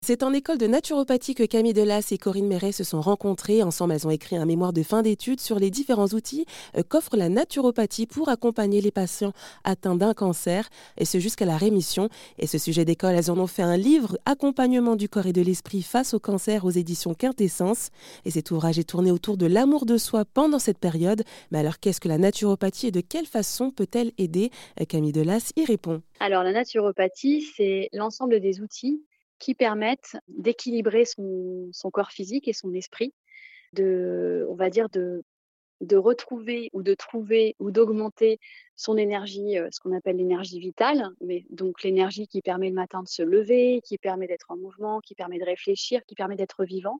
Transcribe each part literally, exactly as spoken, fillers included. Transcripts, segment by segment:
C'est en école de naturopathie que Camille Delas et Corinne Méret se sont rencontrées. Ensemble, elles ont écrit un mémoire de fin d'études sur les différents outils euh, qu'offre la naturopathie pour accompagner les patients atteints d'un cancer, et ce jusqu'à la rémission. Et ce sujet d'école, elles en ont fait un livre, Accompagnement du corps et de l'esprit face au cancer, aux éditions Quintessence. Et cet ouvrage est tourné autour de l'amour de soi pendant cette période. Mais alors, qu'est-ce que la naturopathie et de quelle façon peut-elle aider? Euh, Camille Delas y répond. Alors la naturopathie, c'est l'ensemble des outils qui permettent d'équilibrer son son corps physique et son esprit, de on va dire de de retrouver ou de trouver ou d'augmenter son énergie, heu, ce qu'on appelle l'énergie vitale, mais donc l'énergie qui permet le matin de se lever, qui permet d'être en mouvement, qui permet de réfléchir, qui permet d'être vivant.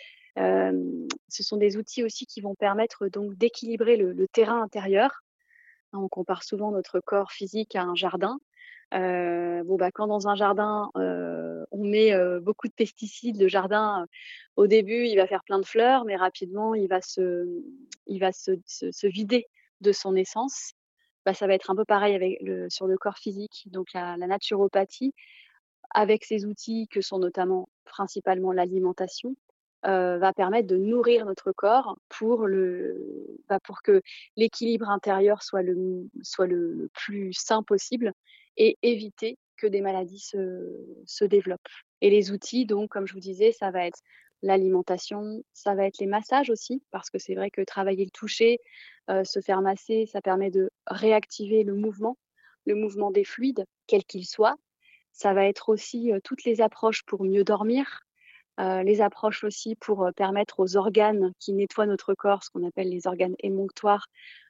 Hem, ce sont des outils aussi qui vont permettre donc d'équilibrer le le terrain intérieur. On compare souvent notre corps physique à un jardin. Heu, bon, bah, quand dans un jardin, heu, on met, heu, beaucoup de pesticides, le jardin, heu, au début, il va faire plein de fleurs, mais rapidement, il va se il va se se se vider de son essence. Bah, ça va être un peu pareil avec le sur le corps physique. Donc la la naturopathie, avec ses outils que sont notamment principalement l'alimentation, heu, va permettre de nourrir notre corps pour le bah, pour que l'équilibre intérieur soit le m soit le le plus sain possible et éviter que des maladies se se développent. Et les outils donc comme je vous disais, ça va être l'alimentation, ça va être les massages aussi, parce que c'est vrai que travailler le toucher, heu, se faire masser, ça permet de réactiver le mouvement, le mouvement des fluides, quels qu'ils soient. Ça va être aussi, heu, toutes les approches pour mieux dormir, heu, les approches aussi pour, heu, permettre aux organes qui nettoient notre corps, ce qu'on appelle les organes émonctoires,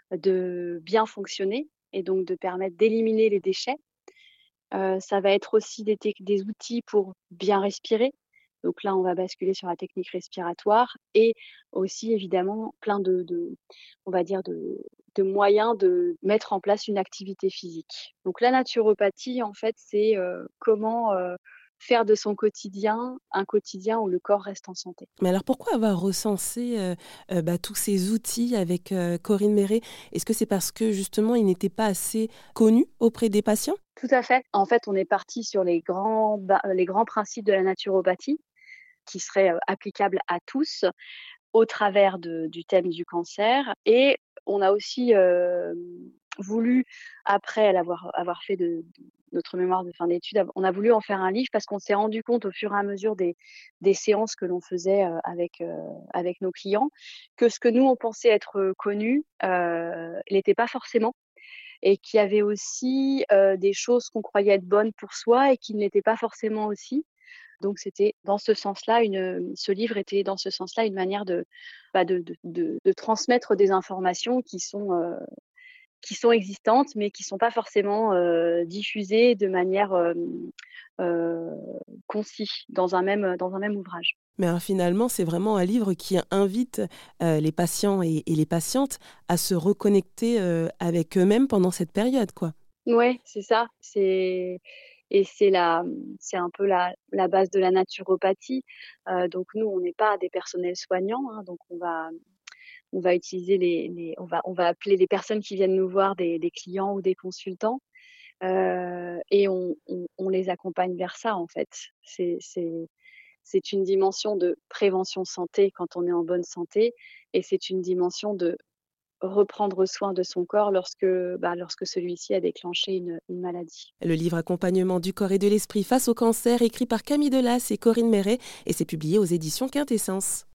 de bien fonctionner et donc de permettre d'éliminer les déchets. Heu, ça va être aussi des tec des outils pour bien respirer. Donc là, on va basculer sur la technique respiratoire et aussi évidemment plein de de on va dire de de moyens de mettre en place une activité physique. Donc la naturopathie, en fait, c'est, heu, comment, heu, faire de son quotidien un quotidien où le corps reste en santé. Mais alors pourquoi avoir recensé, heu heu, bah, tous ces outils avec, heu, Corinne Méret? Est-ce que c'est parce que justement ils n'étaient pas assez connus auprès des patients? Tout à fait. En fait, on est parti sur les grands ba les grands principes de la naturopathie qui seraient, heu, applicables à tous, au travers de du thème du cancer. Et on a aussi, hem, voulu, après l'avoir avoir fait de de notre mémoire de fin d'études, av on a voulu en faire un livre parce qu'on s'est rendu compte au fur et à mesure des des séances que l'on faisait, heu, avec, heu, avec nos clients, que ce que nous on pensait être, heu, connu, heu, l'était pas forcément, et qu'il y avait aussi, heu, des choses qu'on croyait être bonnes pour soi et qui ne l'étaient pas forcément aussi. Donc c'était dans ce sens-là une, heu, ce livre était dans ce sens-là une manière de, bah, de de de de transmettre des informations qui sont, heu, qui sont existantes, mais qui sont pas forcément, heu, diffusées de manière, hem, heu, concis dans un même, dans un même ouvrage. Mais alors finalement, c'est vraiment un livre qui invite, heu, les patients et et les patientes à se reconnecter, heu, avec eux-mêmes pendant cette période, quoi. Ouais, c'est ça, c'est et c'est la, mmh, c'est un peu la la base de la naturopathie. Heu, donc nous, on n'est pas des personnels soignants, hein, donc on va on va utiliser les les on va on va appeler les personnes qui viennent nous voir des des clients ou des consultants, heu et on on on les accompagne vers ça, en fait. C'est c'est c'est une dimension de prévention santé quand on est en bonne santé, et c'est une dimension de reprendre soin de son corps lorsque, bah, lorsque celui-ci a déclenché une une maladie. Le livre Accompagnement du corps et de l'esprit face au cancer, écrit par Camille Delas et Corinne Méret, et c'est publié aux éditions Quintessence.